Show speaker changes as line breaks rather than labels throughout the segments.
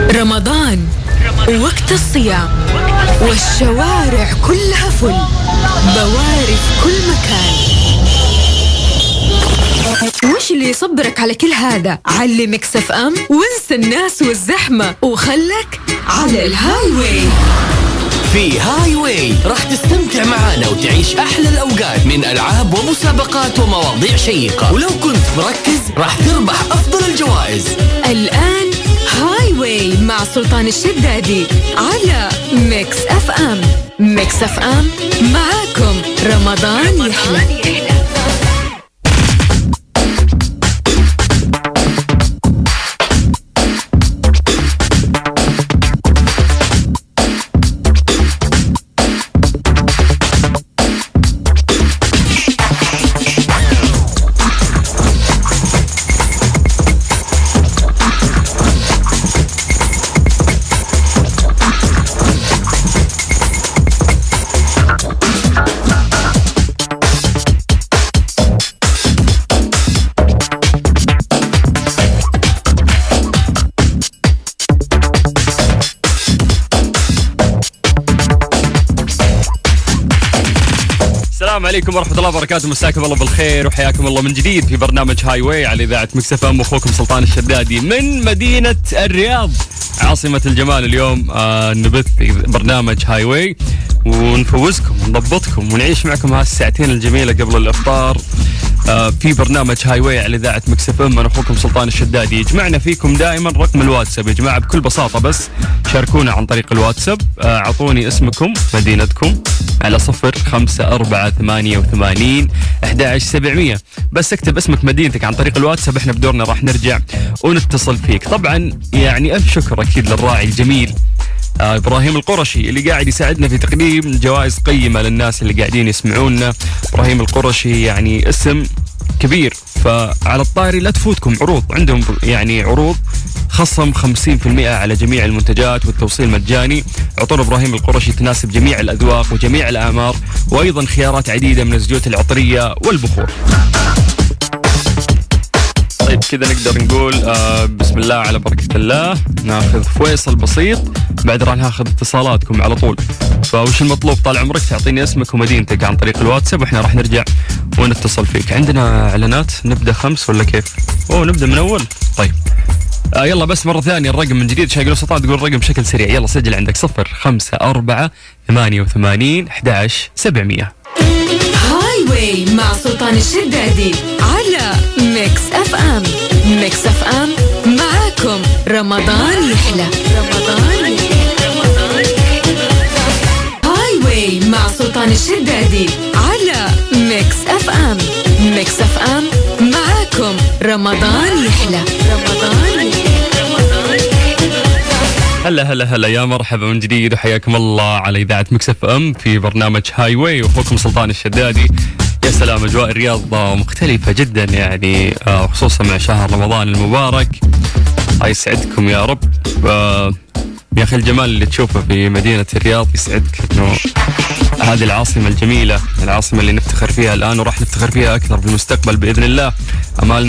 رمضان وقت الصيام والشوارع كلها فل، بواري في كل مكان. وش اللي يصبرك على كل هذا؟ علي ميكس اف ام وانسى الناس والزحمة وخلك على الهاي واي.
في هاي واي راح تستمتع معانا وتعيش أحلى الأوقات من ألعاب ومسابقات ومواضيع شيقة، ولو كنت مركز راح تربح أفضل الجوائز.
الآن هاي واي مع سلطان الشدادي على ميكس اف ام. ميكس اف ام معاكم رمضان يحلى.
السلام عليكم ورحمة الله وبركاته، مساكم الله بالخير وحياكم الله من جديد في برنامج هاي واي على إذاعة ميكس اف ام. أخوكم سلطان الشدادي من مدينة الرياض عاصمة الجمال. اليوم نبث في برنامج هاي واي ونفوزكم ونضبطكم ونعيش معكم هالساعتين الجميلة قبل الإفطار في برنامج هاي واي على إذاعة ميكس اف ام. أنا أخوكم سلطان الشدادي. يجمعنا فيكم دائما رقم الواتساب يا جماعة، بكل بساطة بس شاركونا عن طريق الواتساب. أعطوني اسمكم مدينتكم على 0548811700. بس اكتب اسمك مدينتك عن طريق الواتساب، احنا بدورنا راح نرجع ونتصل فيك. طبعا يعني ألف شكر أكيد للراعي الجميل إبراهيم القرشي اللي قاعد يساعدنا في تقديم جوائز قيمة للناس اللي قاعدين يسمعونا. إبراهيم القرشي يعني اسم كبير، فعلى الطاري لا تفوتكم عروض عندهم، يعني عروض خصم 50% على جميع المنتجات والتوصيل مجاني. عطور إبراهيم القرشي تناسب جميع الأذواق وجميع الأعمار، وأيضا خيارات عديدة من الزيوت العطرية والبخور. طيب كذا نقدر نقول بسم الله على بركة الله. ناخذ فيصل بسيط، بعد راح ناخذ اتصالاتكم على طول. فوش المطلوب طال عمرك تعطيني اسمك ومدينتك عن طريق الواتساب واحنا راح نرجع ونتصل فيك. عندنا اعلانات، نبدأ 5 ولا كيف؟ نبدأ من اول. طيب يلا بس مرة ثانية الرقم من جديد، شايقين سلطان تقول الرقم بشكل سريع. يلا سجل عندك 0548811700.
هاي واي مع سلطان الشدادي على ميكس اف ام. ميكس اف ام معاكم رمضان يحلى. رمضان يحلى. هاي واي مع سلطان الشدادي على ميكس اف ام. ميكس اف ام معاكم رمضان يحلى. رمضان يحلى.
هلا هلا هلا، يا مرحبا من جديد وحياكم الله على إذاعة ميكس اف ام في برنامج هاي واي وأخوكم سلطان الشدادي. يا سلام، أجواء الرياض مختلفة جدا يعني، خصوصا مع شهر رمضان المبارك. الله يسعدكم يا رب. يا أخي الجمال اللي تشوفه في مدينة الرياض يسعدك، إنه هذه العاصمة الجميلة، العاصمة اللي نفتخر فيها الآن وراح نفتخر فيها أكثر في المستقبل بإذن الله. أمالنا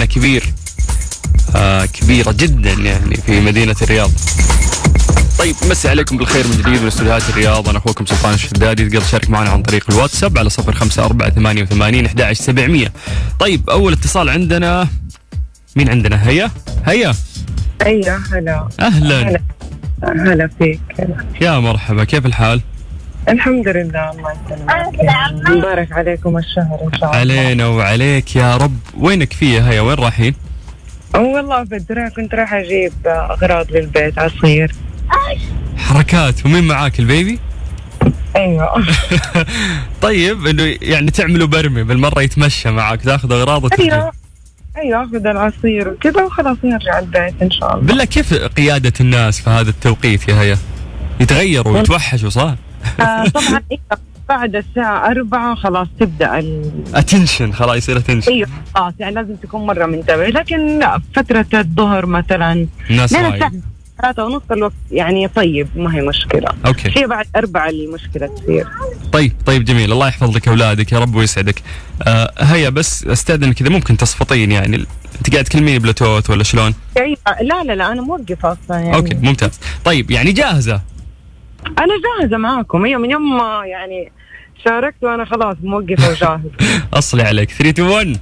كبيرة جدا يعني في مدينة الرياض. طيب مسي عليكم بالخير من جديد من استوديوهات الرياض. أنا أخوكم سلطان الشدادي. تقدر تشارك معنا عن طريق الواتساب على 0548811700. طيب أول اتصال عندنا، مين عندنا؟ هيا.
أيوة هلا.
أهلا.
هلا فيك.
يا مرحبا، كيف الحال؟
الحمد لله، الله يسلمك. مبارك عليكم الشهر إن شاء الله.
علينا وعليك يا رب. وينك فيه هيا؟ وين رايحين؟
والله بدري كنت راح أجيب أغراض للبيت، عصير.
حركات. ومين معاك؟ البيبي؟
أيوة.
طيب إنه يعني تعملوا برمي بالمرة، يتمشى معك تاخذ أغراضك.
أيوة أخذ العصير وكذا وخلاص نرجع البيت إن شاء الله.
بالله كيف قيادة الناس في هذا التوقيت يا هيا؟ يتغيروا ويتوحشوا صح؟
طبعا بعد الساعة 4 خلاص تبدأ
اتنشن، خلاص يصير اتنشن.
ايوه خلاص، يعني لازم تكون مرة منتبه. لكن لا، فترة الظهر مثلا
الناس وايد
3:30 الوقت يعني طيب، ما هي مشكلة.
أوكي.
هي بعد 4 المشكلة تصير.
طيب جميل، الله يحفظ لك أولادك يا رب ويسعدك. هيا بس أستأذن كذا، ممكن تصفطين يعني أنت قاعد تكلميني بلوتوث ولا شلون؟
لا أنا موقفة أصلا يعني.
أوكي ممتاز. طيب يعني جاهزة؟
أنا جاهزة معاكم، هي من يوم ما يعني شاركت وأنا خلاص موقفة وجاهزة.
أصلي عليك. 3 2 1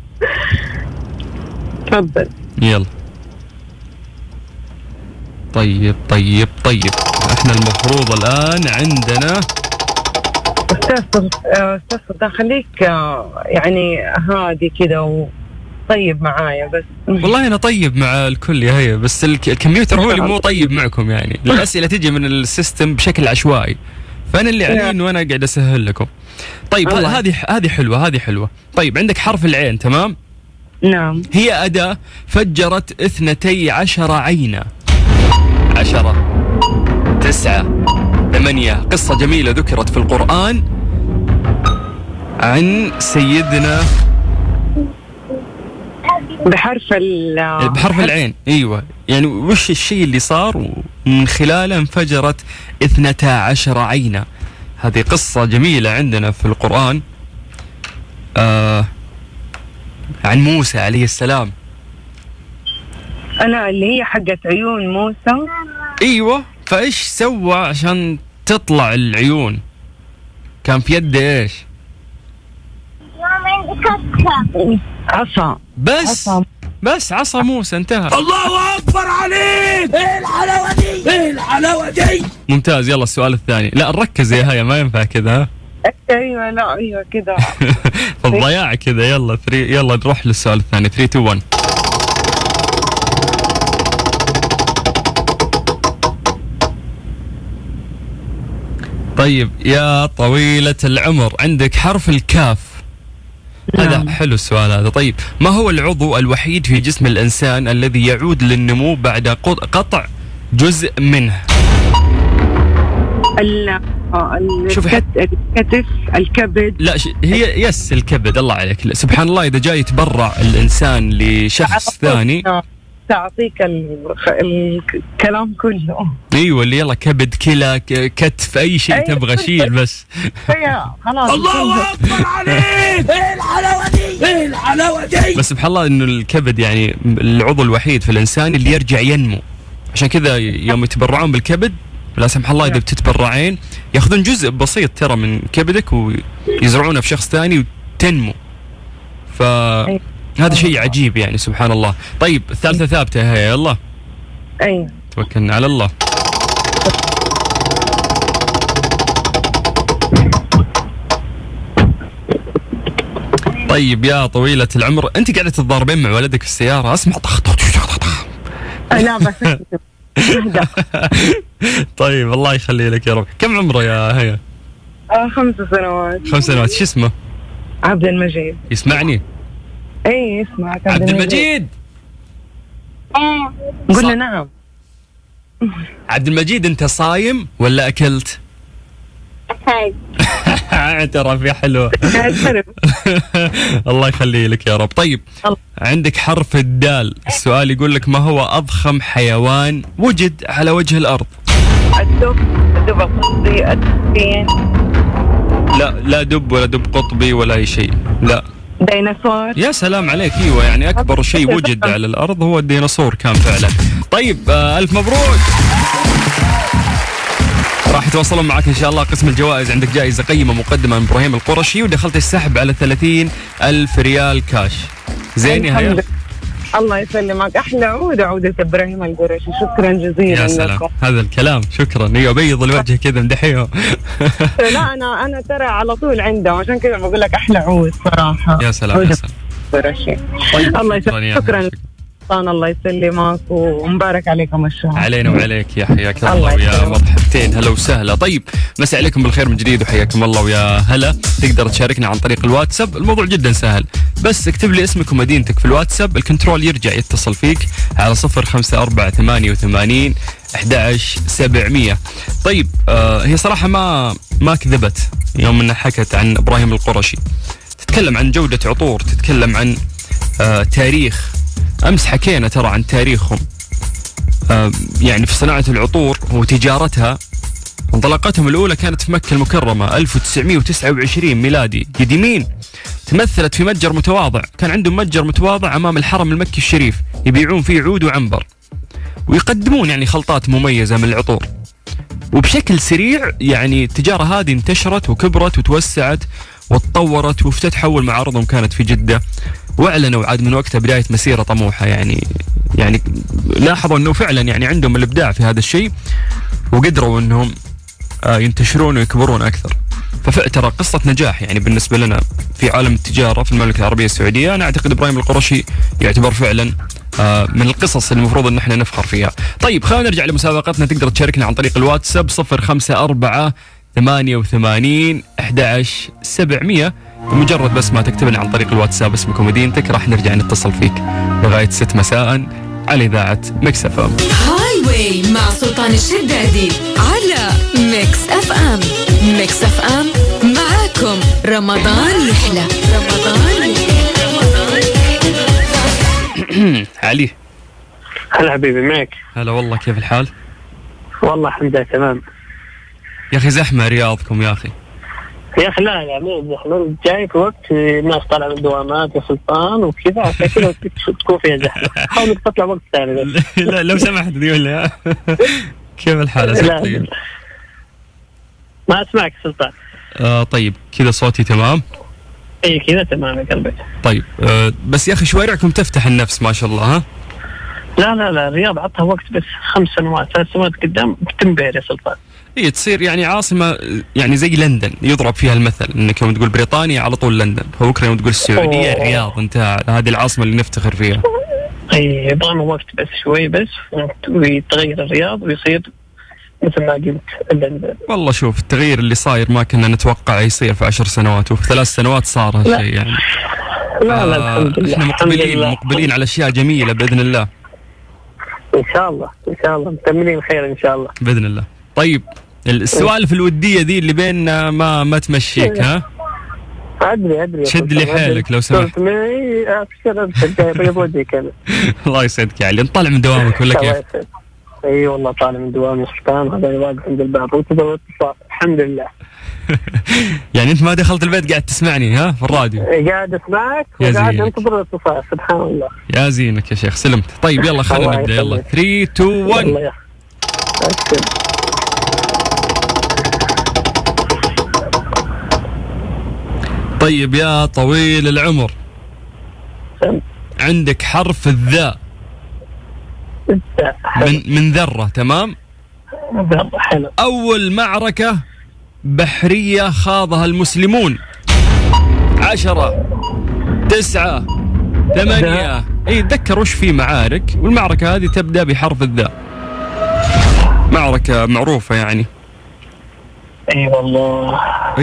تفضل.
يلا. طيب احنا المفروض الآن عندنا
أستاذ سلطان خليك يعني هادي كده وطيب معايا بس.
والله أنا طيب مع الكل يا هي، بس الكمبيوتر هو اللي مو طيب معكم يعني. الأسئلة تجي من السيستم بشكل عشوائي، فأنا اللي علي إنه أنا قاعد أسهل لكم. طيب هذه حلوة. طيب عندك حرف العين، تمام؟
نعم.
هي أداة فجرت 12 عينا. 10 9 8. قصة جميلة ذكرت في القرآن عن سيدنا بحرف العين. ايوه، يعني وش الشيء اللي صار ومن خلاله انفجرت 12 عينا. هذه قصة جميلة عندنا في القرآن عن موسى عليه السلام.
أنا اللي هي حقت عيون موسى.
ايوه، فايش سوى عشان تطلع العيون؟ كان في يده ايش؟
عصا.
بس عصا موسى، انتهى.
الله أكبر عليك. ايه الحلاوة دي.
ممتاز. يلا السؤال الثاني. لا نركز يا هيا، ما ينفع كذا.
ايوه كذا.
الضياع كذا. يلا نروح للسؤال الثاني. 3 2 1 طيب يا طويلة العمر، عندك حرف الكاف. هذا حلو السؤال هذا. طيب ما هو العضو الوحيد في جسم الإنسان الذي يعود للنمو بعد قطع جزء منه؟
الكتف، الكبد.
لا هي الكبد. الله عليك. لا. سبحان الله، إذا جاي يتبرع الإنسان لشخص ثاني
تعطيك الكلام كله.
ايوه، اللي يلا كبد، كلى، كتف، اي شيء تبغى شيل بس.
خلاص.
الله اكبر عليك. ايه الحلاوه دي.
بس سبحان الله انه الكبد يعني العضو الوحيد في الانسان اللي يرجع ينمو. عشان كذا يوم يتبرعون بالكبد، لا سمح الله اذا بتتبرعين ياخذون جزء بسيط ترى من كبدك ويزرعونه في شخص ثاني وتنمو. هذا شيء عجيب يعني، سبحان الله. طيب الثالثة ثابتة هي. يلا توكلنا على الله. طيب يا طويلة العمر، انت قاعدة تتضاربين مع ولدك في السيارة، اسمع طخ.
لا بس.
طيب الله يخلي لك يا رب. كم عمره يا هيا؟
5 سنوات.
5 سنوات. شو اسمه؟
عبد المجيد.
يسمعني؟
اي اسمعك
عبد المجيد.
قل له نعم.
عبد المجيد، انت صايم ولا اكلت؟ اعترف يا حلو. الله يخلي لك يا رب. طيب عندك حرف الدال. السؤال يقول لك ما هو أضخم حيوان وجد على وجه الأرض؟
الدب القطبي، الدين.
لا دب ولا دب قطبي ولا أي شيء. لا
ديناصور.
يا سلام عليك. ايوه، يعني أكبر شيء وجد على الأرض هو الديناصور كان فعلا. طيب ألف مبروك. راح يتواصلون معك إن شاء الله قسم الجوائز. عندك جائزة قيمة مقدمة من إبراهيم القرشي، ودخلت السحب على 30,000 ريال كاش. زين يا هيا.
الله يسلمك. أحلى عودة إبراهيم القرشي. شكرا جزيلا.
يا سلام لكم. هذا الكلام شكرا. يبيض الوجه كذا مدحيه.
لا أنا ترى على طول عنده، عشان كذا بقول لك أحلى عود صراحة.
يا سلام.
قرشي. الله يسلمك. شكرا. الله يسلمك ومبارك عليكم الشهر.
علينا وعليك يا حياك الله ويا مرحبتين. هلا وسهلا. طيب مساء عليكم بالخير من جديد وحياكم الله ويا هلا. تقدر تشاركنا عن طريق الواتساب. الموضوع جدا سهل، بس اكتب لي اسمك ومدينتك في الواتساب. الكنترول يرجع يتصل فيك على 0548811700. طيب هي صراحة ما كذبت يوم انها حكت عن ابراهيم القرشي. تتكلم عن جودة عطور، تتكلم عن تاريخ. أمس حكينا ترى عن تاريخهم. يعني في صناعة العطور وتجارتها. انطلاقتهم الأولى كانت في مكة المكرمة 1929 ميلادي. يد يمين تمثلت في متجر متواضع، كان عندهم متجر متواضع أمام الحرم المكي الشريف يبيعون فيه عود وعنبر، ويقدمون يعني خلطات مميزة من العطور. وبشكل سريع يعني التجارة هذه انتشرت وكبرت وتوسعت وتطورت، وافتتحوا أول معارضهم كانت في جدة، واعلنوا عاد من وقتها بداية مسيرة طموحة. يعني لاحظوا انه فعلا يعني عندهم الابداع في هذا الشيء، وقدروا انهم ينتشرون ويكبرون اكثر. فترى قصة نجاح يعني بالنسبة لنا في عالم التجارة في المملكة العربية السعودية. انا اعتقد ابراهيم القرشي يعتبر فعلا من القصص اللي المفروض ان احنا نفخر فيها. طيب خلينا نرجع لمسابقتنا. تقدر تشاركنا عن طريق الواتساب 054 88 11 700. بمجرد بس ما تكتب لنا عن طريق الواتساب اسمك ومدينتك راح نرجع نتصل فيك لغاية 6 مساء على إذاعة ميكس اف ام.
هاي واي مع سلطان الشدادي على ميكس اف ام. ميكس اف ام معاكم رمضان يحلى. رمضان
علي.
هلا حبيبي معك.
هلا والله، كيف الحال؟
والله الحمد لله تمام.
يا أخي زحمة رياضكم يا أخي.
يا أخي لا مو زحمة، جاي في وقت الناس طالعة من الدوامات يا سلطان وكذا، عشان كذا تكون فيها زحمة. حاول تطلع وقت ثاني.
لا لو سمحت تقول لي كيف الحال؟ طيب
ما أسمعك سلطان.
طيب كذا صوتي تمام؟
اي كذا تمام يا قلبي.
طيب بس يا أخي شوارعكم تفتح النفس ما شاء الله. ها
لا الرياض عطها وقت بس 5 سنوات 3 سنوات قدام بتنبهر يا سلطان.
هي تصير يعني عاصمة يعني زي لندن يضرب فيها المثل، انك يوم تقول بريطانيا على طول لندن، فبكره يوم تقول السعودية الرياض انتهى، هذه العاصمة اللي نفتخر فيها.
اي يبغى وقت بس شوي بس ويتغير الرياض ويصير مثل ما قلت لندن.
والله شوف التغيير اللي صاير ما كنا نتوقع يصير في 10 سنوات، وفي 3 سنوات صار هالشيء يعني.
لا الحمد لله.
احنا مقبلين على اشياء جميلة باذن الله.
ان شاء الله متأملين خير ان شاء الله
باذن الله. طيب السوالف الودية ذي اللي بيننا ما تمشيك؟ ها
ادري
شد لي حيلك لو سمحت. الله يسعدك يا علي. نطلع من دوامك ولا كيف؟
اي والله طالع من دوامي سلطان، هذا واقف عند الباب وتدور الحمد لله.
يعني انت ما دخلت البيت قاعد تسمعني ها في الراديو؟
قاعد اسمعك وقاعد انتظر الاتصال. سبحان الله.
يا زينك يا شيخ سلمت. طيب يلا خلينا نبدا. يلا 3 2 1. طيب يا طويل العمر عندك حرف الذاء من ذرة. تمام.
ذرة حلو.
أول معركة بحرية خاضها المسلمون 10 9 8. اي تذكر وش في معارك، والمعركة هذه تبدأ بحرف الذاء. معركة معروفة يعني.
اي والله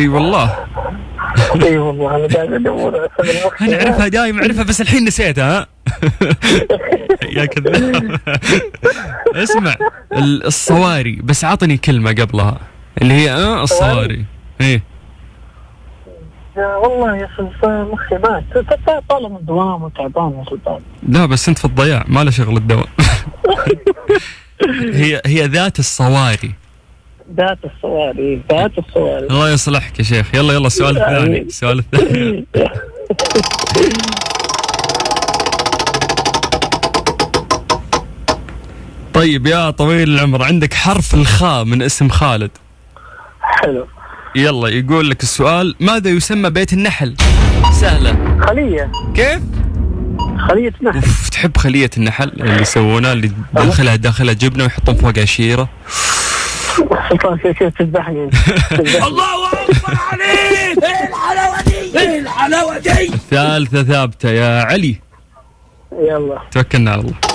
انا قاعد ادور.
انا اعرفها دايم اعرفها بس الحين نسيتها. ها يا كذاب. اسمع الصواري، بس عطني كلمة قبلها اللي هي الصواري. ايه
والله يا سلطان مخي مات، طالع من الدوام وتعبان يا سلطان.
لا بس انت في الضياع، ما له شغل الدوام. هي ذات الصواري.
ذات الصواري.
الله يصلحك يا شيخ. يلا السؤال الثاني. طيب يا طويل العمر عندك حرف الخاء من اسم خالد.
حلو.
يلا يقول لك السؤال: ماذا يسمى بيت النحل؟ سهلة.
خلية.
كيف؟
خلية نحل.
تحب خلية النحل اللي يسوونها، اللي داخلها جبنة ويحطون فوقها عشيرة.
سلطان كيف تذبحني.
الله أكبر عليك. ايه الحلاوة دي.
الثالثة ثابتة يا علي.
يلا
توكلنا على الله.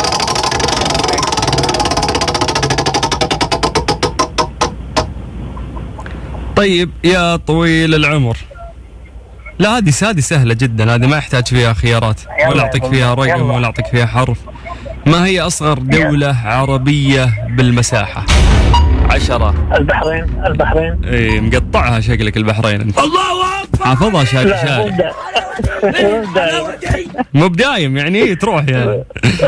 طيب يا طويل العمر، لا هذه سهلة جدا، هذه ما يحتاج فيها خيارات ولا أعطيك فيها رقم ولا أعطيك فيها حرف. ما هي أصغر دولة عربية بالمساحة؟ 10.
البحرين.
ايه مقطعها شكلك البحرين انت.
الله أكبر.
حافظها شاري. مو بدايم يعني تروح يعني.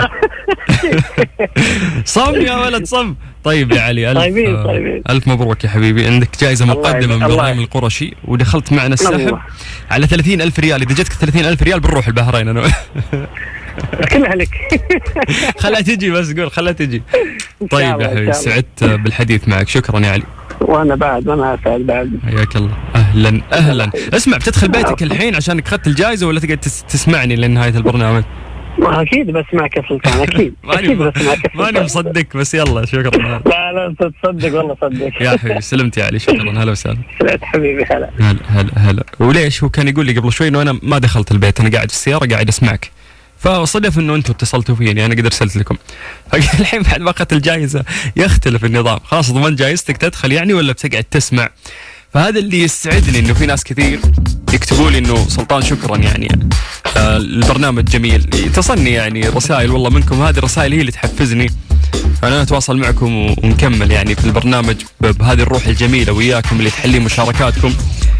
صم يا ولد صم. طيب يا علي ألف مبروك يا حبيبي، عندك جائزة مقدمة من إبراهيم القرشي، ودخلت معنا السحب على 30,000 ريال. إذا جتك 30,000 ريال بنروح البحرين أنا.
كلها لك.
خلها تجي بس قول خلها تجي. طيب يا حبيبي سعدت بالحديث معك، شكرا يا علي.
وانا اسعد بعد.
حياك الله. اهلا. اسمع، بتدخل بيتك الحين عشانك اخذت الجائزة ولا تقعد تسمعني لنهاية البرنامج؟
ما اكيد بسمعك يا سلطان، اكيد
ماني مصدق بس يلا شكرا.
لا تصدق والله صدق
يا حبيبي. سلمت يا علي، شكرا. هلا وسهلا.
سلمت حبيبي.
هلا. وليش هو كان يقول لي قبل شوي انه انا ما دخلت البيت، انا قاعد في السيارة قاعد اسمعك، فصدف انه انتم اتصلتوا فيني، انا قد ارسلت لكم. الحين بعد ما اخذت الجائزة يختلف النظام، خلاص ضمن جائزتك تدخل يعني ولا بتقعد تسمع. فهذا اللي يسعدني انه في ناس كثير يكتبوا لي انه سلطان شكرا يعني البرنامج جميل، تصلني يعني رسائل والله منكم، هذه الرسائل هي اللي تحفزني انا اتواصل معكم ونكمل يعني في البرنامج بهذه الروح الجميله وياكم اللي تحلي مشاركاتكم.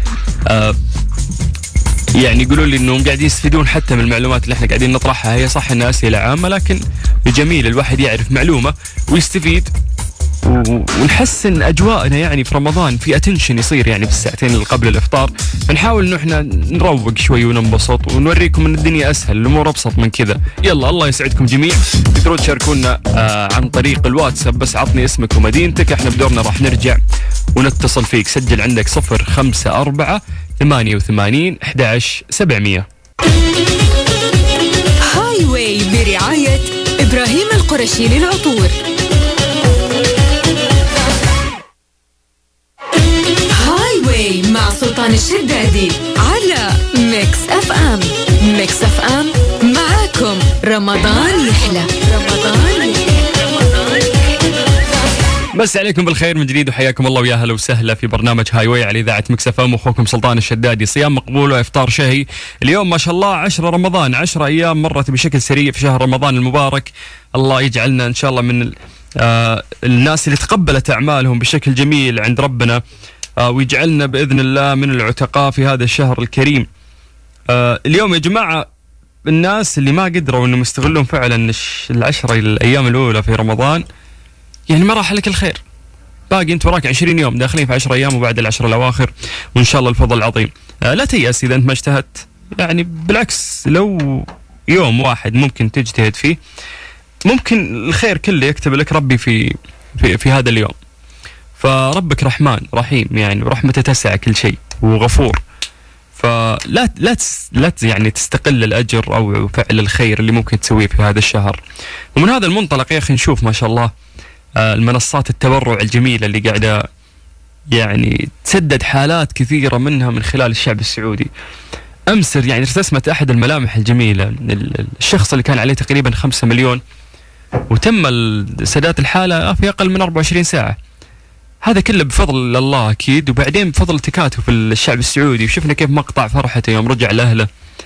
يعني يقولوا لي انهم قاعدين يستفيدون حتى من المعلومات اللي احنا قاعدين نطرحها، هي صح انها اسئله عامه لكن جميل الواحد يعرف معلومه ويستفيد ونحسن اجواءنا يعني في رمضان، في اتنشن يصير يعني في الساعتين اللي قبل الافطار، فنحاول انه احنا نروق شوي وننبسط ونوريكم ان الدنيا اسهل، الامور ابسط من كذا. يلا الله يسعدكم جميع. تقدرون تشاركونا عن طريق الواتساب، بس عطني اسمك ومدينتك، احنا بدورنا راح نرجع ونتصل فيك. سجل عندك 054 88 11 700.
هاي واي برعاية إبراهيم القرشي للعطور. هاي واي مع سلطان الشدادي على ميكس اف ام. ميكس اف ام معاكم رمضان يحلى.
بس عليكم بالخير من جديد وحياكم الله ويا هلا وسهلا في برنامج هاي واي على اذاعه مكس اف ام، واخوكم سلطان الشدادي. صيام مقبول وافطار شهي. اليوم ما شاء الله 10 رمضان، 10 ايام مرت بشكل سريع في شهر رمضان المبارك. الله يجعلنا ان شاء الله من الناس اللي تقبلت اعمالهم بشكل جميل عند ربنا، ويجعلنا باذن الله من العتقاء في هذا الشهر الكريم. اليوم يا جماعه الناس اللي ما قدروا انهم يستغلون فعلا العشرة الايام الاولى في رمضان، يعني ما راح لك الخير، باقي انت وراك 20 يوم داخلين في 10 ايام وبعد العشر الاواخر وان شاء الله الفضل العظيم. لا تيأس اذا انت ما اجتهدت، يعني بالعكس لو يوم واحد ممكن تجتهد فيه ممكن الخير كله يكتب لك ربي في هذا اليوم. فربك رحمن رحيم يعني، ورحمته تسع كل شيء وغفور، فلا لا يعني تستقل الاجر او فعل الخير اللي ممكن تسويه في هذا الشهر. ومن هذا المنطلق يا اخي نشوف ما شاء الله المنصات التبرع الجميلة اللي قاعدة يعني تسدد حالات كثيرة منها من خلال الشعب السعودي. أمسر يعني ارتسمت أحد الملامح الجميلة، الشخص اللي كان عليه تقريبا 5 مليون وتم سداد الحالة في أقل من 24 ساعة. هذا كله بفضل الله أكيد، وبعدين بفضل تكاتف الشعب السعودي، وشفنا كيف مقطع فرحته يوم رجع لأهله.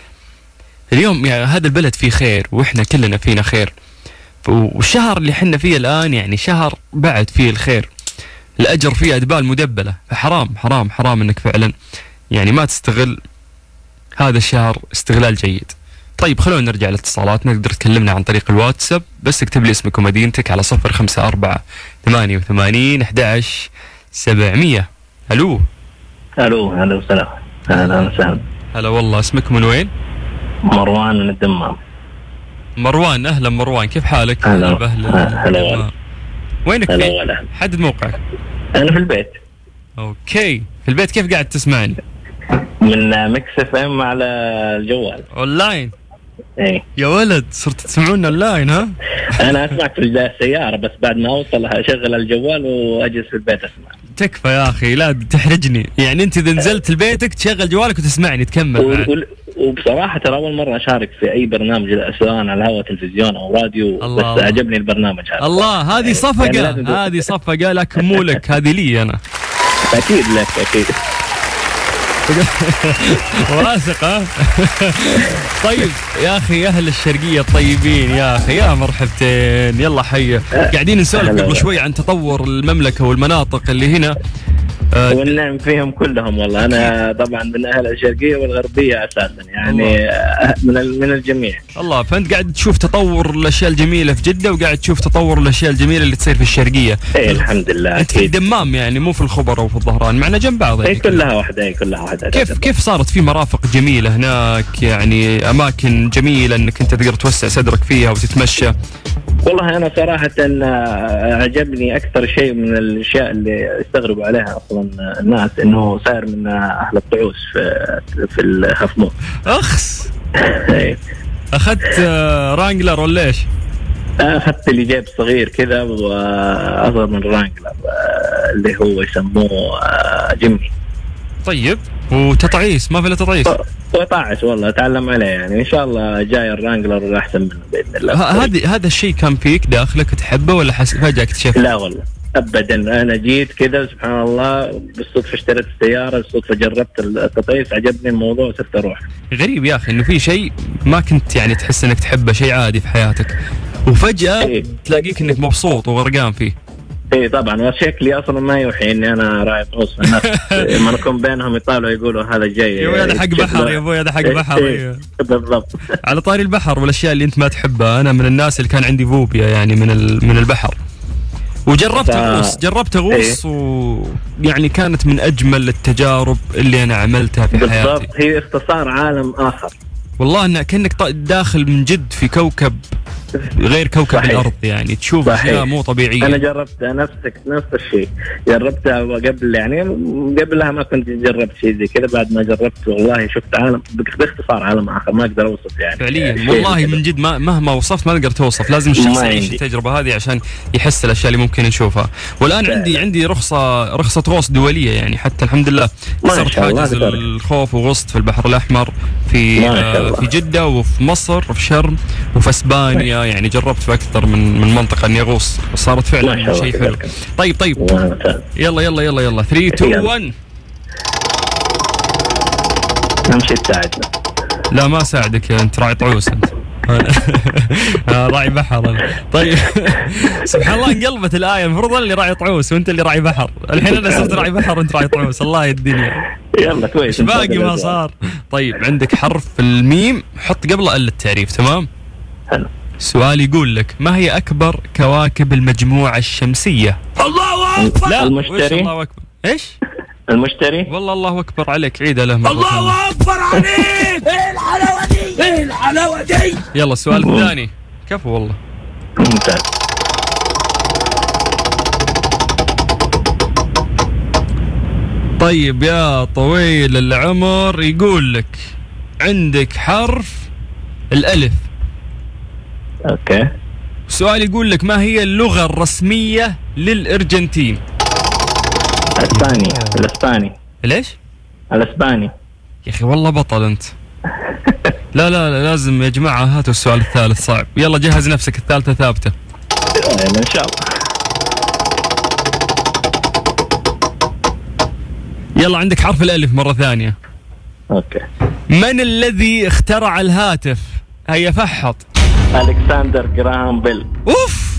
اليوم يعني هذا البلد فيه خير وإحنا كلنا فينا خير، والشهر اللي حنا فيه الآن يعني شهر بعد فيه الخير، الأجر فيه أدبال مدبلة، فحرام حرام حرام أنك فعلا يعني ما تستغل هذا الشهر استغلال جيد. طيب خلونا نرجع لاتصالاتنا. تقدر تكلمنا عن طريق الواتساب، بس اكتب لي اسمك ومدينتك على 054 88 11 700. ألو
هلا وسهلا. أهلا وسهلا.
هلا والله، اسمك من وين؟
مروان من الدمام.
مروان، أهلا مروان، كيف حالك؟
هلا.
وينك في؟ حدد موقعك.
أنا في البيت.
أوكي، في البيت. كيف قاعد تسمعني؟
من ميكس اف ام على الجوال.
أونلاين؟
إيه.
يا ولد صرت تسمعونا أونلاين ها؟
أنا أسمعك في السيارة، بس بعد ما أوصل أشغل الجوال وأجلس في البيت أسمع.
تكفى يا أخي، لا تحرجني يعني. أنت إذا نزلت لبيتك تشغل جوالك وتسمعني تكمل.
وبصراحة ترى أول مرة أشارك في أي برنامج سواء على الهواء تلفزيون أو راديو، بس عجبني البرنامج هذا.
الله، هذه صفقة يعني هذه صفقة لك مو لك، هذه لي أنا.
أكيد لك أكيد.
واثق ها؟ طيب يا أخي أهل الشرقية الطيبين يا أخي، يا مرحبتين، يلا حيا. قاعدين نسولف قبل شوي عن تطور المملكة والمناطق اللي هنا،
والنعم فيهم كلهم والله. أنا طبعا من أهل الشرقية والغربية أساسا يعني من الجميع.
الله، فأنت قاعد تشوف تطور الأشياء الجميلة في جدة وقاعد تشوف تطور الأشياء الجميلة اللي تصير في الشرقية.
إيه الحمد لله.
أنت في الدمام يعني مو في الخبر أو في الظهران، معنا جنب بعض يعني.
إيه كلها واحدة. كلها واحدة.
كيف صارت في مرافق جميلة هناك، يعني أماكن جميلة أنك أنت تقدر توسع صدرك فيها وتتمشى؟
والله أنا صراحة عجبني أكثر شيء من الأشياء اللي استغربوا عليها أصلا الناس إنه صار من أهل الطعوس في الخفمون.
أخس. أخذت رانجلر ولا إيش؟
أخذت اللي جيب صغير كذا وأصغر من رانجلر اللي هو يسموه جيمني.
طيب وتطعيس ما في له تطعيس؟
وطعس والله أتعلم عليه يعني إن شاء الله جاي الرانجلر أحسن منه بإذن الله.
هذا الشيء كان فيك داخلك تحبه ولا فجأة اكتشفت؟
لا والله أبدا، أنا جيت كذا سبحان الله بالصدفة اشتريت السيارة، بالصدفة جربت التطعيس عجبني الموضوع وصرت أروح.
غريب يا أخي إنه في شيء ما كنت يعني تحس إنك تحبه، شيء عادي في حياتك وفجأة تلاقيك إنك مبسوط وغرقان فيه.
ايه طبعا، وشكلي اصلا ما يوحي اني انا راعي طقوس الناس لما نكون بينهم يطالعوا يقولوا هذا جاي
يا ابوي هذا حق بحر، يا ابوي هذا حق بحر.
إيه بالضبط.
على طاري البحر والاشياء اللي انت ما تحبها، انا من الناس اللي كان عندي فوبيا يعني من البحر، وجربت اغوص ويعني كانت من اجمل التجارب اللي انا عملتها في حياتي.
بالضبط، هي اختصار عالم اخر
والله، انك كأنك داخل من جد في كوكب غير كوكب
صحيح.
الأرض يعني، تشوف أشياء مو طبيعية.
أنا جربت نفس الشيء، جربتها قبل يعني قبلها ما كنت جربت شيء زي كذا، بعد ما جربت والله شفت عالم باختصار عالم آخر ما أقدر أوصف يعني
فعليا والله من جد مهما وصفت ما تقدر توصف، لازم الشخص يعيش التجربة هذه عشان يحس الأشياء اللي ممكن نشوفها. والآن عندي رخصة غوص دولية يعني، حتى الحمد لله كسرت حاجز الخوف وغصت في البحر الأحمر في جدة وفي مصر وفي شرم وفي اسبانيا، يعني جربت في اكثر من منطقه اني اغوص، صارت فعلا شيء حلو. طيب يلا 3 2 1
نمشي تساعدنا.
لا ما ساعدك انت راعي طعوس انت. راعي بحر أنا. طيب سبحان الله انقلبت الآية، المفروض اللي راعي طعوس وانت اللي راعي بحر، الحين انا صرت راعي بحر وانت راعي طعوس. الله الدنيا
يلا كويس
باقي ما صار. طيب عندك حرف الميم، حط قبله التعريف. تمام.
حلو.
سؤال يقول لك ما هي أكبر كواكب المجموعة الشمسية؟
الله أكبر. لا المشتري.
الله أكبر. إيش؟
المشتري.
والله الله أكبر عليك، عيد له.
الله أكبر عليك. إيه الحلاوة دي، إيه الحلاوة دي.
يلا السؤال الثاني. كفو والله.
ممتاز.
طيب يا طويل العمر، يقول لك عندك حرف الألف.
اوكي.
السؤال يقول لك ما هي اللغة الرسمية للأرجنتين؟
الاسباني.
ليش؟
الاسباني.
يا اخي والله بطل انت. لا لازم يا جماعة هاتوا السؤال الثالث صعب. يلا جهز نفسك، الثالثة ثابتة
ان شاء الله.
يلا عندك حرف الألف مرة ثانية.
اوكي.
من الذي اخترع الهاتف؟ هيا فحط.
ألكسندر جراهام بيل.
اوف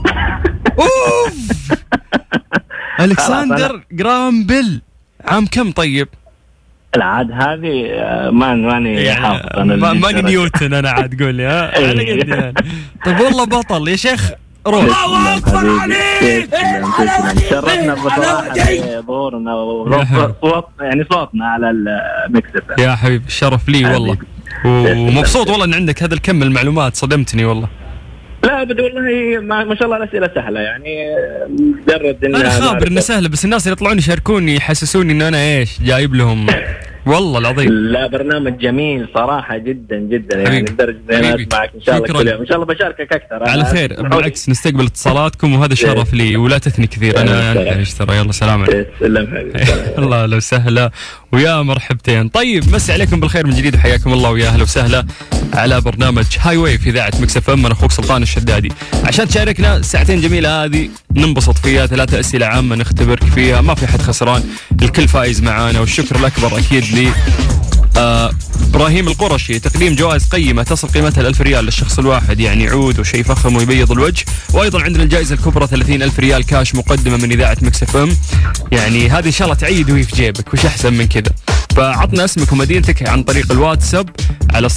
ألكسندر جراهام بيل. عام كم طيب؟
العاد هذه ماني حافظ انا،
ماني نيوتن انا عاد قول لي ها على قد يعني. طيب والله بطل يا شيخ. روح.
الله أكبر عليك.
شرفنا بصراحة ظهورنا وصوت يعني صوتنا على الميكس اف ام.
يا حبيبي الشرف لي والله، ومبسوط والله ان عندك هذا الكم المعلومات، صدمتني والله.
لا ابد والله ما شاء الله الاسئله سهله يعني، مجرد ان
انا خابر انها سهله، بس الناس اللي يطلعون يشاركوني يحسسوني ان انا ايش جايب لهم والله العظيم.
لا برنامج جميل صراحه جدا جدا يعني، لدرجه ان انا اسمعك ان شاء الله كل يوم، ان شاء الله بشاركك اكثر.
على خير بالعكس، نستقبل اتصالاتكم وهذا شرف لي، ولا تثني كثير. انا ترى. يلا سلام عليكم. الله لو سهله ويا مرحبتين. طيب مسي عليكم بالخير من جديد وحياكم الله ويا اهلا وسهلا على برنامج هاي واي في اذاعه مكس اف ام. انا اخوك سلطان الشدادي، عشان تشاركنا ساعتين جميله هذه ننبسط فيها، 3 اسئله عامه نختبرك فيها، ما في حد خسران، الكل فايز معانا. والشكر الاكبر اكيد إبراهيم القرشي تقديم جوائز قيمة تصل قيمتها 1000 ريال للشخص الواحد، يعني عود وشيء فخم ويبيض الوجه. وأيضا عندنا الجائزة الكبرى 30,000 ريال كاش مقدمة من إذاعة ميكس اف ام، يعني هذه إن شاء الله تعيد وهي في جيبك، وش أحسن من كذا. فعطنا اسمك ومدينتك عن طريق الواتساب على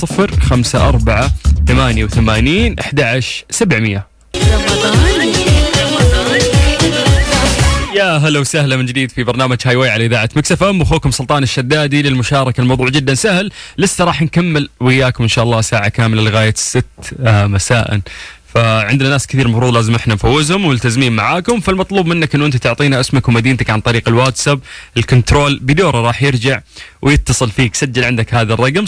054-88-11-700. يا هلا وسهلا من جديد في برنامج هاي واي على إذاعة ميكس اف ام، أخوكم سلطان الشدادي. للمشاركة الموضوع جدا سهل، لسه راح نكمل وياكم إن شاء الله ساعة كاملة لغاية 6 مساء. فعندنا ناس كثير المفروض لازم احنا نفوزهم وملتزمين معاكم، فالمطلوب منك انه انت تعطينا اسمك ومدينتك عن طريق الواتساب. الكنترول بدوره راح يرجع ويتصل فيك. سجل عندك هذا الرقم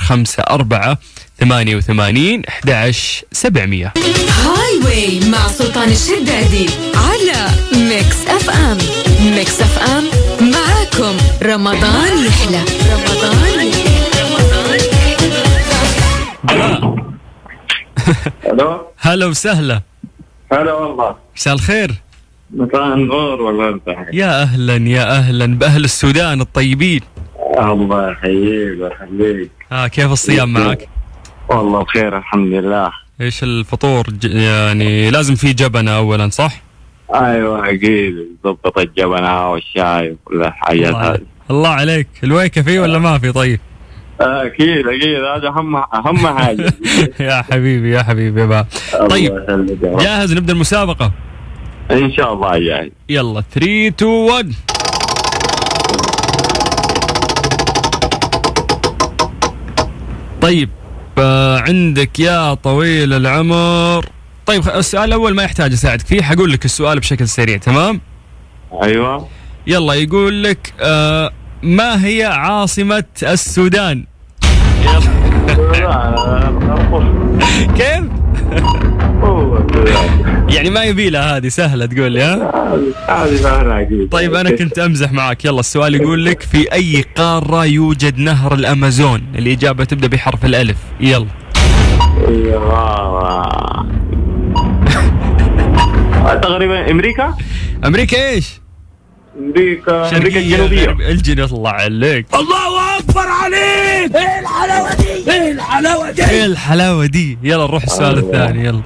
054-88-11-700.
هاي واي مع سلطان الشدادي على ميكس اف ام. ميكس اف ام معاكم رمضان يحلى.
الو
هلا وسهلا.
هلا والله.
مساء الخير.
مساء النور والله. انت
يا اهلا باهل السودان الطيبين.
الله يحييك ويخليك.
كيف الصيام معك؟
والله بخير الحمد لله.
ايش الفطور؟ يعني لازم فيه جبنة اولا صح؟
ايوه اكيد، ضبط الجبنة والشاي وكل الحاجات هذه.
الله عليك. الويكة فيه ولا ما في؟ طيب
اكيد هذا اهم حاجة.
يا حبيبي يا بقى. طيب جاهز نبدأ المسابقة؟
ان شاء الله جاهز.
يلا 3 2 1. طيب عندك يا طويل العمر. طيب السؤال الأول ما يحتاج أساعدك فيه، حقول لك السؤال بشكل سريع. تمام؟
أيوة.
يلا يقول لك ما هي عاصمة السودان؟ كيف؟ يعني ما يبي لها، هذه سهلة تقول لي.
هذه سهلة أكيد.
طيب أنا كنت أمزح معك. يلا السؤال يقول لك في أي قارة يوجد نهر الأمازون؟ الإجابة تبدأ بحرف الألف. يلا.
تقريبا أمريكا.
إيش؟
أمريكا
الجنوبية. الجنوب. الله عليك.
الله أكبر عليك. إيه الحلاوة دي.
يلا نروح السؤال الثاني. يلا.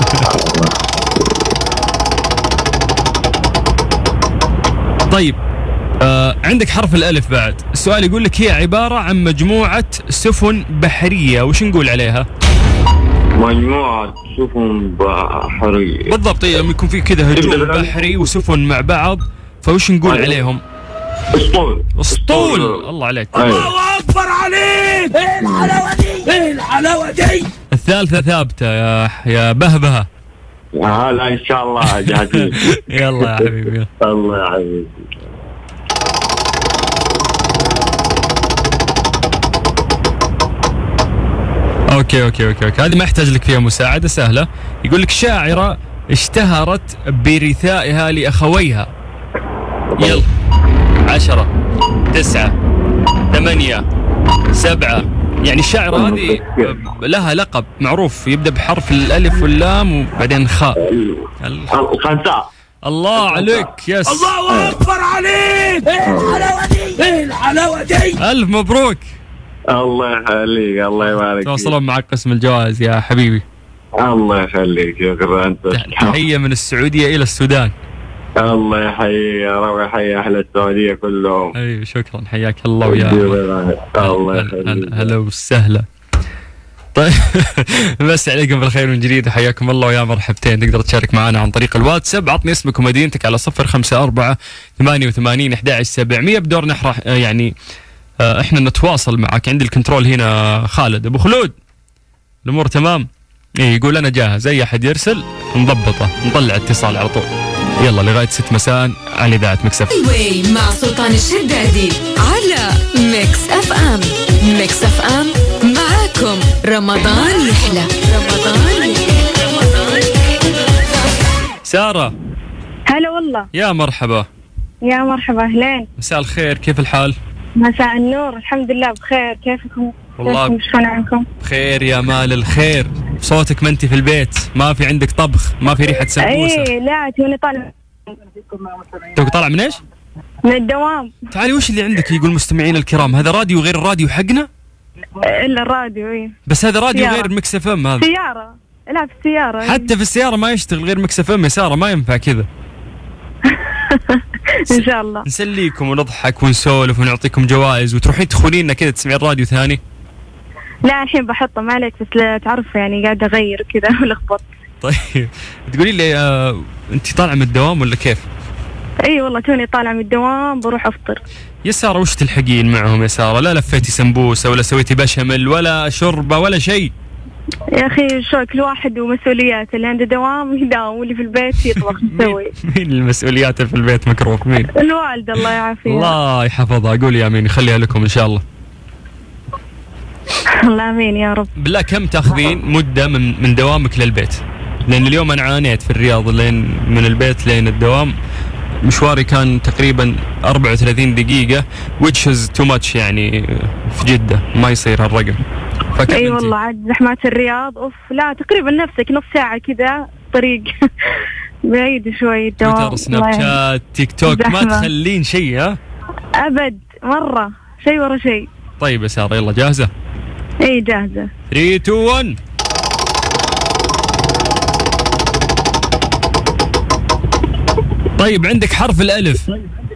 طيب عندك حرف الألف بعد. السؤال يقول لك هي عبارة عن مجموعة سفن بحرية، وش نقول عليها؟
مجموعة سفن بحرية
بالضبط. لما يكون في كذا هجوم بحري وسفن مع بعض، فوش نقول عليهم؟ اسطول. الله عليك.
الله أكبر عليك. إيه الحلاوة دي.
الثالثة ثابتة يا بهبهة.
لا إن شاء الله جاهزين.
يلا يا حبيبي.
الله يا حبيبي.
اوكي هذه ما يحتاج لك فيها مساعدة، سهلة. يقول لك شاعرة اشتهرت برثائها لأخويها. يلا 10 9 8 7. يعني الشاعرة هذه لها لقب معروف يبدأ بحرف الألف واللام وبعدين خاء.
الخنساء.
الله عليك. يس.
الله أكبر عليك. إيه الحلاوة دي.
ألف مبروك.
الله يخليك. الله يبارك.
توصلون معك قسم الجوائز يا حبيبي.
الله يخليك. شكرا. انت
تحية من السعودية إلى السودان.
الله يحيي يا رب، يحيي أهل السعودية كلهم.
أيوة شكرا، حياك الله وياك.
الله يخليك.
هلا وسهلا. طيب بس عليكم بالخير من جديد، حياكم الله ويا مرحبتين. تقدر تشارك معنا عن طريق الواتساب. عطني اسمك ومدينتك على 054-88-11-700. بدور نحرح يعني احنا نتواصل معك. عندي الكنترول هنا خالد. ابو خلود الامور تمام؟ يقول انا جاهز، اي احد يرسل نضبطه، نطلع اتصال على طول. يلا لغايه 6 مساء على اذاعه ميكس اف
ام مع سلطان الشدادي على ميكس اف ام. ميكس اف ام معاكم رمضان يحلى.
ساره.
هلا والله.
يا مرحبا.
يا مرحبا اهلين.
مساء الخير، كيف الحال؟
مساء النور، الحمد لله بخير. كيفكم؟
والله
شلون عنكم؟
بخير يا مال الخير. صوتك ما انت في البيت، ما في عندك طبخ، ما في ريحه سمبوسه.
اي لا توني طالع.
توك طالع من ايش؟
من الدوام.
تعالي وش اللي عندك؟ يقول مستمعين الكرام هذا راديو غير الراديو حقنا؟
إلا الراديو. إيه
بس هذا راديو
سيارة.
غير ميكس اف ام هذا.
سيارة. لا في السيارة.
حتى في السيارة ما يشتغل غير ميكس اف ام يا سارة، ما ينفع كذا.
إن شاء الله
نسليكم ونضحك ونسولف ونعطيكم جوائز وتروحين تخونينا كذا تسمعين راديو ثاني.
لا الحين بحطه ما عليك، بس لا تعرف يعني قاعدة أغير كذا ولخبط.
طيب تقولي لي أنت طالعة من الدوام ولا كيف؟
اي والله توني طالعة من الدوام بروح افطر.
يا سارة وش تلحقين معهم يا سارة؟ لا لفيتي سمبوسة ولا سويتي بشامل ولا شوربة ولا شيء؟
يا اخي شو كل واحد ومسؤوليات، اللي عنده دوام يداوم واللي في البيت يطبخ يسوي.
مين المسؤوليات في البيت مكروه؟ مين؟
الوالدة الله يعافيها.
الله يحفظها، قولي امين يخليها لكم ان شاء الله.
الله امين يا رب.
بالله كم تاخذين مدة من دوامك للبيت؟ لان اليوم انا عانيت في الرياض لين من البيت لين الدوام مشواري كان تقريبا 34 دقيقة which is too much يعني في جدة ما يصير هالرقم.
اي والله عاد زحمات الرياض اوف. لا تقريبا نفسك نص ساعة كذا طريق بعيد شوي الدوام.
تويتر سناب شات تيك توك زحمة. ما تخلين شيء ها؟
ابد مرة شيء ورا شيء.
طيب يا سارة يلا جاهزة؟
اي جاهزة.
3 2 1. طيب عندك حرف الألف.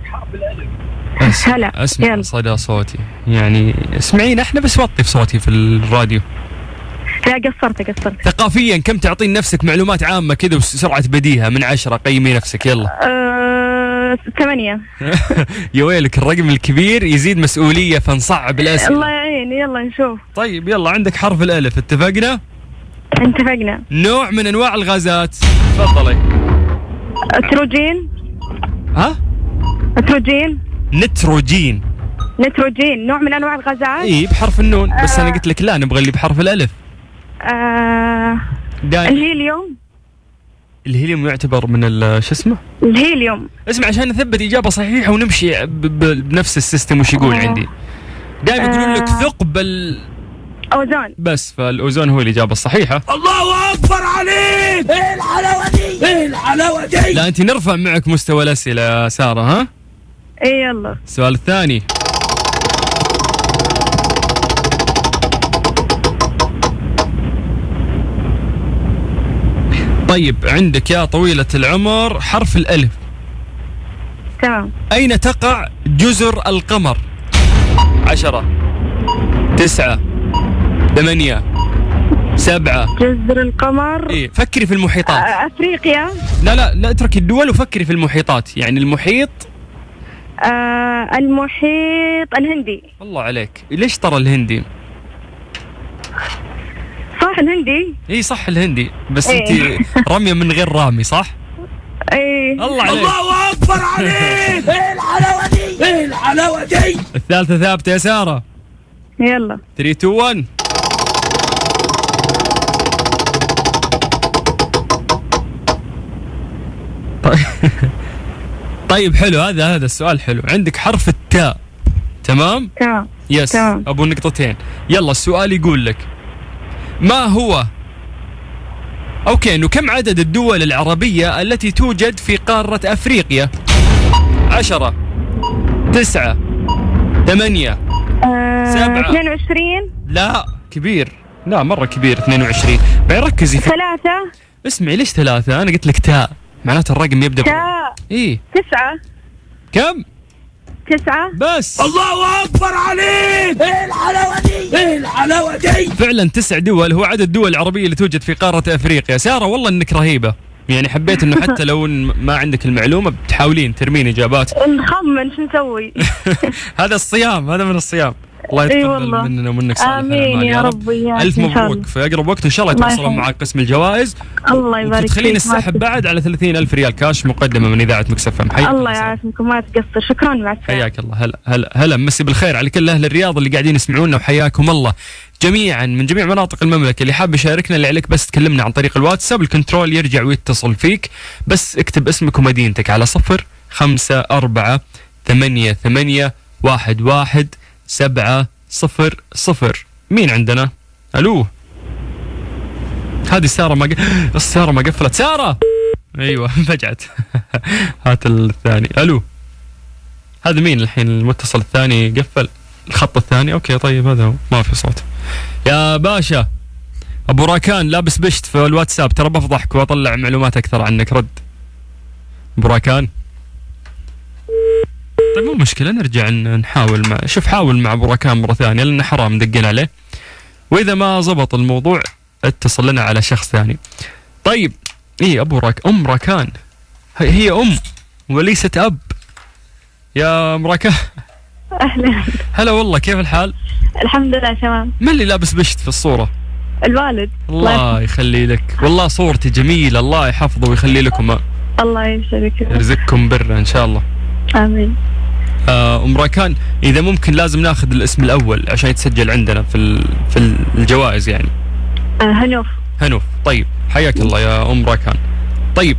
هلا
اسمع صدى صوتي يعني اسمعين احنا بس وطي في صوتي في الراديو.
لا قصرت.
ثقافيا كم تعطين نفسك معلومات عامة كذا بسرعة بديهة من 10 قيمي نفسك يلا.
8.
يا ويلك الرقم الكبير يزيد مسؤولية فنصعب الأسئلة.
الله يعين يلا نشوف.
طيب يلا عندك حرف الألف اتفقنا؟
اتفقنا.
نوع من أنواع الغازات تفضلي.
أتروجين.
ها؟
أتروجين.
نتروجين
نوع من أنواع الغازات.
إيه بحرف النون بس أنا قلت لك لا نبغى اللي بحرف الألف. الهيليوم يعتبر من شو اسمه؟
الهيليوم.
اسمع عشان نثبت إجابة صحيحة ونمشي بنفس السيستم وش يقول عندي. دائما يقولون لك ثقب
أوزون
بس فالأوزون هو الإجابة الصحيحة.
الله أكبر عليك. إيه الحلاوة دي؟ إيه الحلاوة دي؟
لا أنت نرفع معك مستوى الأسئلة يا سارة ها؟
إيه يلا.
السؤال الثاني. طيب عندك يا طويلة العمر حرف الألف.
تمام.
أين تقع جزر القمر؟ 10 9 8 7.
جزر القمر.
إيه فكري في المحيطات.
أفريقيا.
لا اتركي الدول وفكري في المحيطات يعني المحيط.
المحيط الهندي.
الله عليك ليش ترى الهندي؟
صح الهندي.
اي صح الهندي بس
إيه.
انت رمية من غير رامي صح؟
ايه
الله عليك.
الله أكبر عليك. إيه الحلاوة دي؟ إيه الحلاوة دي؟
الثالثة ثابتة يا سارة.
يلا
3 2 1. طيب حلو هذا السؤال حلو. عندك حرف التاء. تمام؟
تمام.
يس
تمام.
ابو نقطتين. يلا السؤال يقول لك ما هو انه كم عدد الدول العربية التي توجد في قارة افريقيا؟ 10 9 8 7.
22.
لا كبير لا مرة كبير 22. بعدين ركزي في
3.
اسمعي ليش 3؟ انا قلت لك تاء معناته الرقم يبدأ
تاء.
ايه
9.
كم؟
9
بس. الله أكبر عليك. إيه الحلاوة دي؟ إيه الحلاوة دي؟
فعلا 9 دول هو عدد الدول العربية اللي توجد في قارة أفريقيا. سارة والله إنك رهيبة يعني حبيت إنه حتى لو ما عندك المعلومة بتحاولين ترمين إجابات.
نخمن شو نسوي.
هذا الصيام هذا من الصيام. الله يتقبل مننا ومنك صالح
آمين يا رب.
ألف مبروك في أقرب وقت إن شاء الله يتواصلون معك قسم الجوائز.
الله يبارك فيك.
وتدخلين السحب بعد على 30,000 ريال كاش مقدمة من إذاعة ميكس اف ام.
الله يعافيكم ما تقصر. شكرا مع السلامة.
حياك الله. هلا مسي بالخير على كل أهل الرياض اللي قاعدين يسمعونا وحياكم الله جميعا من جميع مناطق المملكة. اللي حاب يشاركنا اللي عليك بس تكلمنا عن طريق الواتساب. الكنترول يرجع ويتصل فيك بس اكتب اسمك ومدينتك على 0 5 4 8 8 1 1 7 0 0. مين عندنا؟ الو هذه السارة ما قفلت. سارة ايوه فجعت. هات الثاني. الو هذا مين الحين المتصل الثاني قفل. الخط الثاني. اوكي طيب هذا هو، ما في صوت. يا باشا ابو راكان لابس بشت في الواتساب، ترى بفضحك واطلع معلومات اكثر عنك. رد ابو راكان. طيب مو مشكله، نرجع نحاول مع حاول مع ابو راكان مره ثانيه لان حرام ندقن عليه، واذا ما زبط الموضوع اتصل لنا على شخص ثاني. طيب ابو ام راكان هي ام وليست اب. يا ام راكان
أهلا.
هلا والله، كيف الحال؟
الحمد لله تمام.
من اللي لابس بشت في الصورة؟
الوالد.
الله يخلي لك، والله صورتي جميلة، الله يحفظه ويخلي لكم.
الله يسعدك.
يرزقكم برا إن شاء الله.
آمين.
أم راكان إذا ممكن لازم ناخذ الاسم الأول عشان يتسجل عندنا في الجوائز يعني.
هنوف.
هنوف. طيب حياك الله يا أم راكان. طيب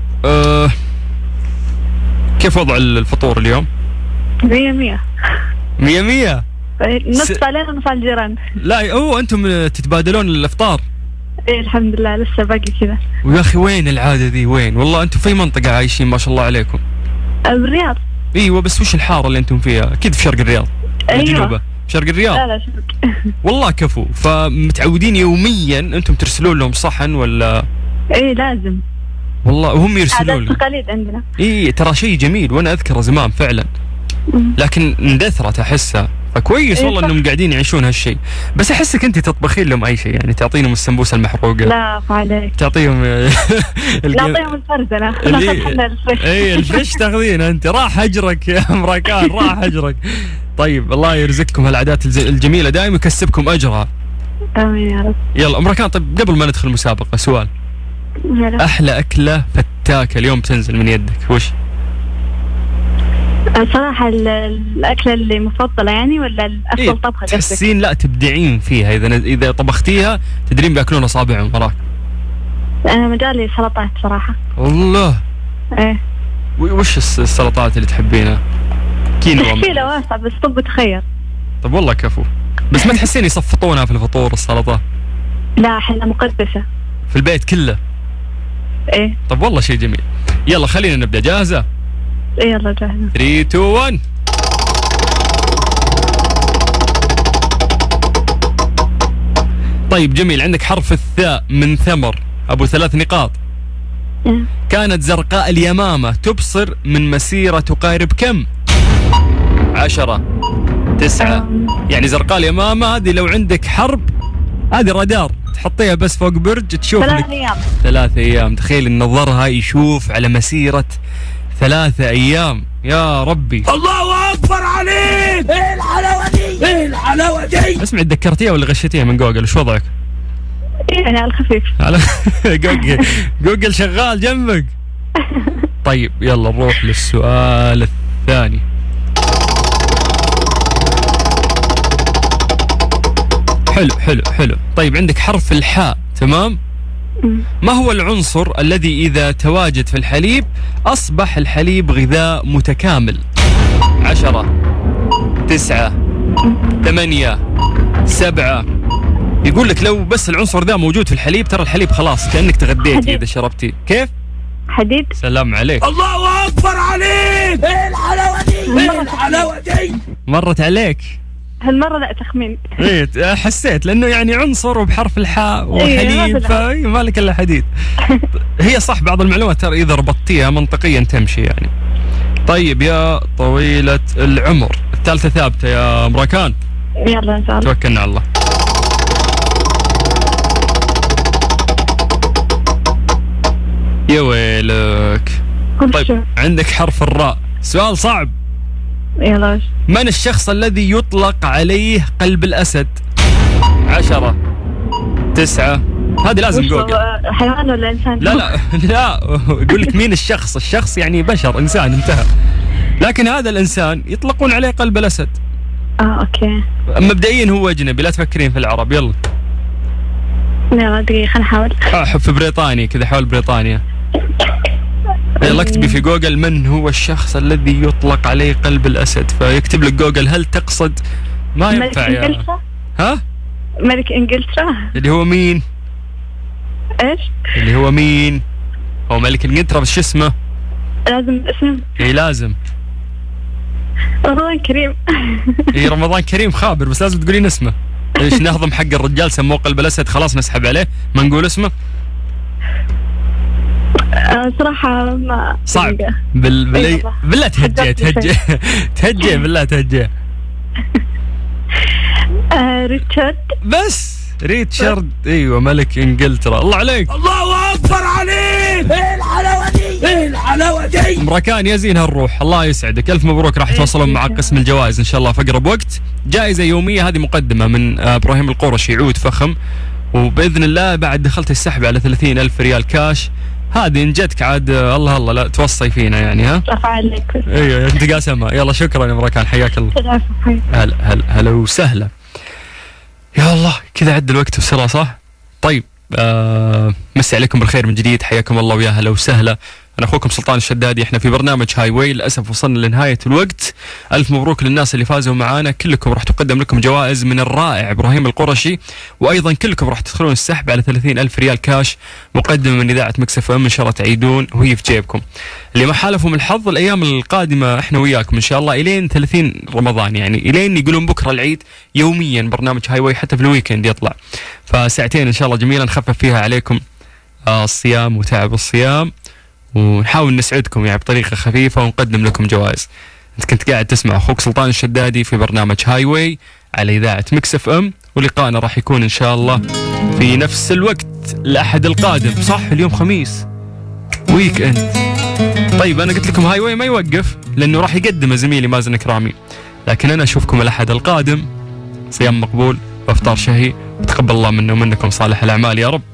كيف وضع الفطور اليوم؟
100.
100.
نص علينا ونص على الجيران.
لا أنتم تتبادلون الإفطار؟
إيه الحمد لله لسه باقي كذا.
ويا أخي وين العادة ذي وين؟ والله أنتم في منطقة عايشين ما شاء الله عليكم.
بالرياض.
ايوه بس وش الحاره اللي انتم فيها؟ اكيد في شرق الرياض.
أيوة.
جنوبه شرق الرياض.
لا شرق.
والله كفو. فمتعودين يوميا انتم ترسلون لهم صحن ولا؟
ايه لازم
والله وهم يرسلون.
هذا تقاليد عندنا.
ايه ترى شيء جميل وانا اذكره زمان فعلا، لكن اندثرت احسها. فكويس
إيه
والله انهم قاعدين يعيشون هالشيء. بس احسك انت تطبخين لهم اي شيء يعني، تعطينهم السمبوسه المحروقه.
لا فعليك.
تعطيهم
نعطيهم الفرزنه.
اي الفش تاخذين انت. راح اجرك يا امريكان، راح اجرك. طيب الله يرزقكم هالعادات الجميله، دائما يكسبكم اجرها.
امين يا رب.
يلا امريكان، طيب قبل ما ندخل المسابقه سؤال. احلى اكله فتاكه اليوم تنزل من يدك وش؟
صراحة الأكلة اللي مفضلة يعني ولا الأفضل طبخة؟
تحسين لا تبدعين فيها، إذا طبختيها تدرين بياكلون أصابعهم وراك.
أنا مجالي سلطات صراحة.
والله.
إيه.
وش السلطات اللي تحبينها؟
تشكيلة واسعة بس طب تخير.
طب والله كفو. بس ما تحسين يصفطونها في الفطور السلطة؟
لا احنا مقدسة
في البيت كله.
ايه.
طب والله شيء جميل. يلا خلينا نبدأ. جاهزة؟
يلا جاهزة.
3 2 1. طيب جميل. عندك حرف الثاء من ثمر أبو 3 نقاط. كانت زرقاء اليمامة تبصر من مسيرة تقارب كم؟ 10 9. يعني زرقاء اليمامة هذه لو عندك حرب هذه رادار تحطيها بس فوق برج تشوف
3 أيام.
3 أيام. تخيل إن نظرها يشوف على مسيرة 3 أيام. يا ربي
الله أكبر عليك. ايه الحلاوة دي، ايه الحلاوة دي.
اسمعي تذكرتيها ولا غشيتيها من جوجل؟ وش وضعك؟
يعني على الخفيف.
على جوجل شغال جنبك. طيب يلا نروح للسؤال الثاني. حلو. طيب عندك حرف الحاء تمام؟ ما هو العنصر الذي إذا تواجد في الحليب أصبح الحليب غذاء متكامل؟ 10 9 8 7. يقول لك لو بس العنصر ذا موجود في الحليب ترى الحليب خلاص كأنك تغديتي إذا شربتي. كيف؟
حديد.
سلام عليك.
الله أكبر عليك. ايه الحلاوة دي، ايه الحلاوة دي.
مرت عليك
هالمرة لا تخمين.
ايه حسيت لانه يعني عنصر وبحرف الحاء وحليب فما لك الا حديد. هي صح بعض المعلومات ترى اذا ربطتيها منطقيا تمشي يعني. طيب يا طويلة العمر الثالثة ثابتة يا مراكان.
يلا ان شاء الله.
توكلنا على الله. يا ويلك. طيب عندك حرف الراء. سؤال صعب.
يلا.
من الشخص الذي يطلق عليه قلب الأسد؟ 10 9. هذه لازم جوجل.
حيوان ولا إنسان؟
لا يقول لك مين الشخص. الشخص يعني بشر إنسان انتهى، لكن هذا الإنسان يطلقون عليه قلب الأسد.
أوكي.
مبدئيا هو أجنبي، لا تفكرين في العرب. يلا
دقيقة خلينا نحاول.
في بريطانيا كذا، حول بريطانيا. يلا اكتبي في جوجل من هو الشخص الذي يطلق عليه قلب الأسد، فيكتب لك جوجل هل تقصد. ما ينفع يا
إنجلترا؟
ها؟
ملك إنجلترا.
اللي هو مين؟
إيش؟
اللي هو مين؟ هو ملك إنجلترا بس شو اسمه؟
لازم اسم.
إيه لازم.
رمضان كريم.
اي رمضان كريم خابر، بس لازم تقولين اسمه. ايش نهضم حق الرجال سموه قلب الاسد، خلاص نسحب عليه ما نقول اسمه.
صراحة ما
صعب. بالله تهجي بالله تهجي.
ريتشارد.
بس ريتشارد، ايوه ملك انجلترا. الله عليك،
الله اكبر عليك. ايه الحلاوه دي، ايه الحلاوه دي.
امركان يا زين هالروح، الله يسعدك، الف مبروك. راح يتواصلون مع قسم الجوائز ان شاء الله في اقرب وقت. جائزه يوميه، هذه مقدمه من ابراهيم القرشي، عود فخم، وباذن الله بعد دخلت السحب على 30,000 ريال كاش. هذه ان جتك عاد الله لا توصي فينا يعني. ها
عليك.
ايوه انت قاسمه. يلا شكرا يا امركان، حياك الله. هلا وسهلا. يا الله كذا عد الوقت بسرعه صح. طيب مسي عليكم بالخير من جديد، حياكم الله ويا هلا وسهلا. أنا أخوكم سلطان الشدادي، إحنا في برنامج هاي واي. للأسف وصلنا لنهاية الوقت. ألف مبروك للناس اللي فازوا معانا، كلكم راح تقدم لكم جوائز من الرائع إبراهيم القرشي، وأيضا كلكم راح تدخلون السحب على 30,000 ريال كاش مقدمة من إذاعة مكس اف ام، إن شاء الله تعيدون وهي في جيبكم. اللي ما حالفوا من الحظ، الأيام القادمة إحنا وياكم إن شاء الله إلين 30 رمضان، يعني إلين يقولون بكرة العيد يوميا برنامج هاي واي، حتى في الويكند يطلع. فساعتين إن شاء الله جميلة نخفف فيها عليكم الصيام وتعب الصيام، ونحاول نسعدكم يعني بطريقة خفيفة ونقدم لكم جوائز. أنت كنت قاعد تسمع أخوك سلطان الشدادي في برنامج هاي واي على إذاعة مكس اف ام، ولقاءنا راح يكون إن شاء الله في نفس الوقت الأحد القادم. صح اليوم خميس ويك اند. طيب أنا قلت لكم هاي واي ما يوقف لأنه راح يقدم زميلي مازن كرامي، لكن أنا أشوفكم الأحد القادم. صيام مقبول وافطار شهي، وتقبل الله منا ومنكم صالح الأعمال يا رب.